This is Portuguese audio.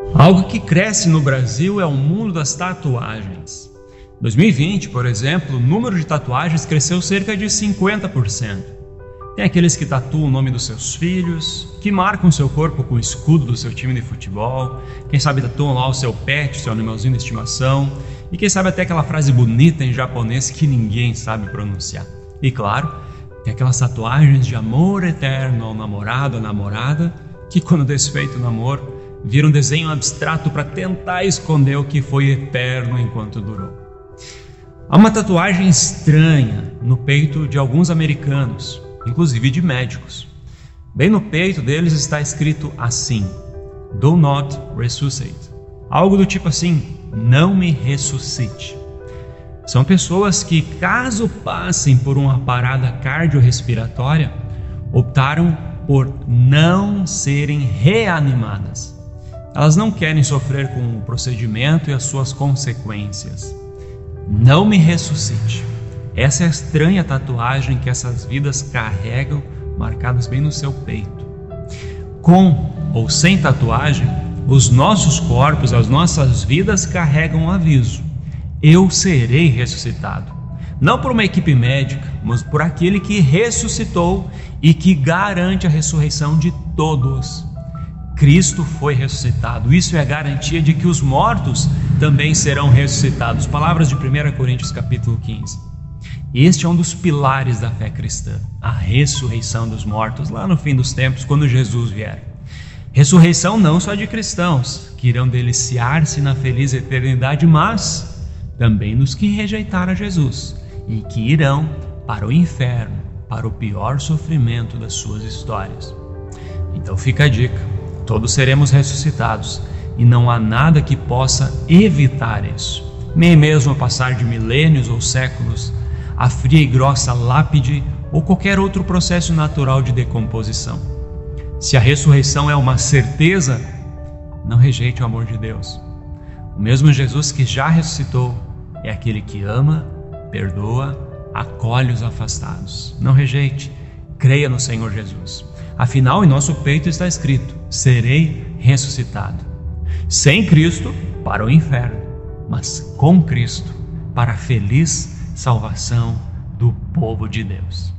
Algo que cresce no Brasil é o mundo das tatuagens. Em 2020, por exemplo, o número de tatuagens cresceu cerca de 50%. Tem aqueles que tatuam o nome dos seus filhos, que marcam seu corpo com o escudo do seu time de futebol, quem sabe tatuam lá o seu pet, seu animalzinho de estimação, e quem sabe até aquela frase bonita em japonês que ninguém sabe pronunciar. E claro, tem aquelas tatuagens de amor eterno ao namorado, à namorada, que quando desfeito o namoro, vira um desenho abstrato para tentar esconder o que foi eterno enquanto durou. Há uma tatuagem estranha no peito de alguns americanos, inclusive de médicos. Bem no peito deles está escrito assim: "Do not resuscitate". Algo do tipo assim: não me ressuscite. São pessoas que, caso passem por uma parada cardiorrespiratória, optaram por não serem reanimadas. Elas não querem sofrer com o procedimento e as suas consequências. Não me ressuscite. Essa é a estranha tatuagem que essas vidas carregam, marcadas bem no seu peito. Com ou sem tatuagem, os nossos corpos, as nossas vidas carregam um aviso: eu serei ressuscitado. Não por uma equipe médica, mas por aquele que ressuscitou e que garante a ressurreição de todos. Cristo foi ressuscitado. Isso é a garantia de que os mortos também serão ressuscitados. Palavras de 1 Coríntios capítulo 15. Este é um dos pilares da fé cristã, a ressurreição dos mortos, lá no fim dos tempos, quando Jesus vier. Ressurreição não só de cristãos, que irão deliciar-se na feliz eternidade, mas também dos que rejeitaram a Jesus e que irão para o inferno, para o pior sofrimento das suas histórias. Então fica a dica: todos seremos ressuscitados e não há nada que possa evitar isso. Nem mesmo a passar de milênios ou séculos, a fria e grossa lápide ou qualquer outro processo natural de decomposição. Se a ressurreição é uma certeza, não rejeite o amor de Deus. O mesmo Jesus que já ressuscitou é aquele que ama, perdoa, acolhe os afastados. Não rejeite, creia no Senhor Jesus. Afinal, em nosso peito está escrito: serei ressuscitado. Sem Cristo, para o inferno, mas com Cristo, para a feliz salvação do povo de Deus.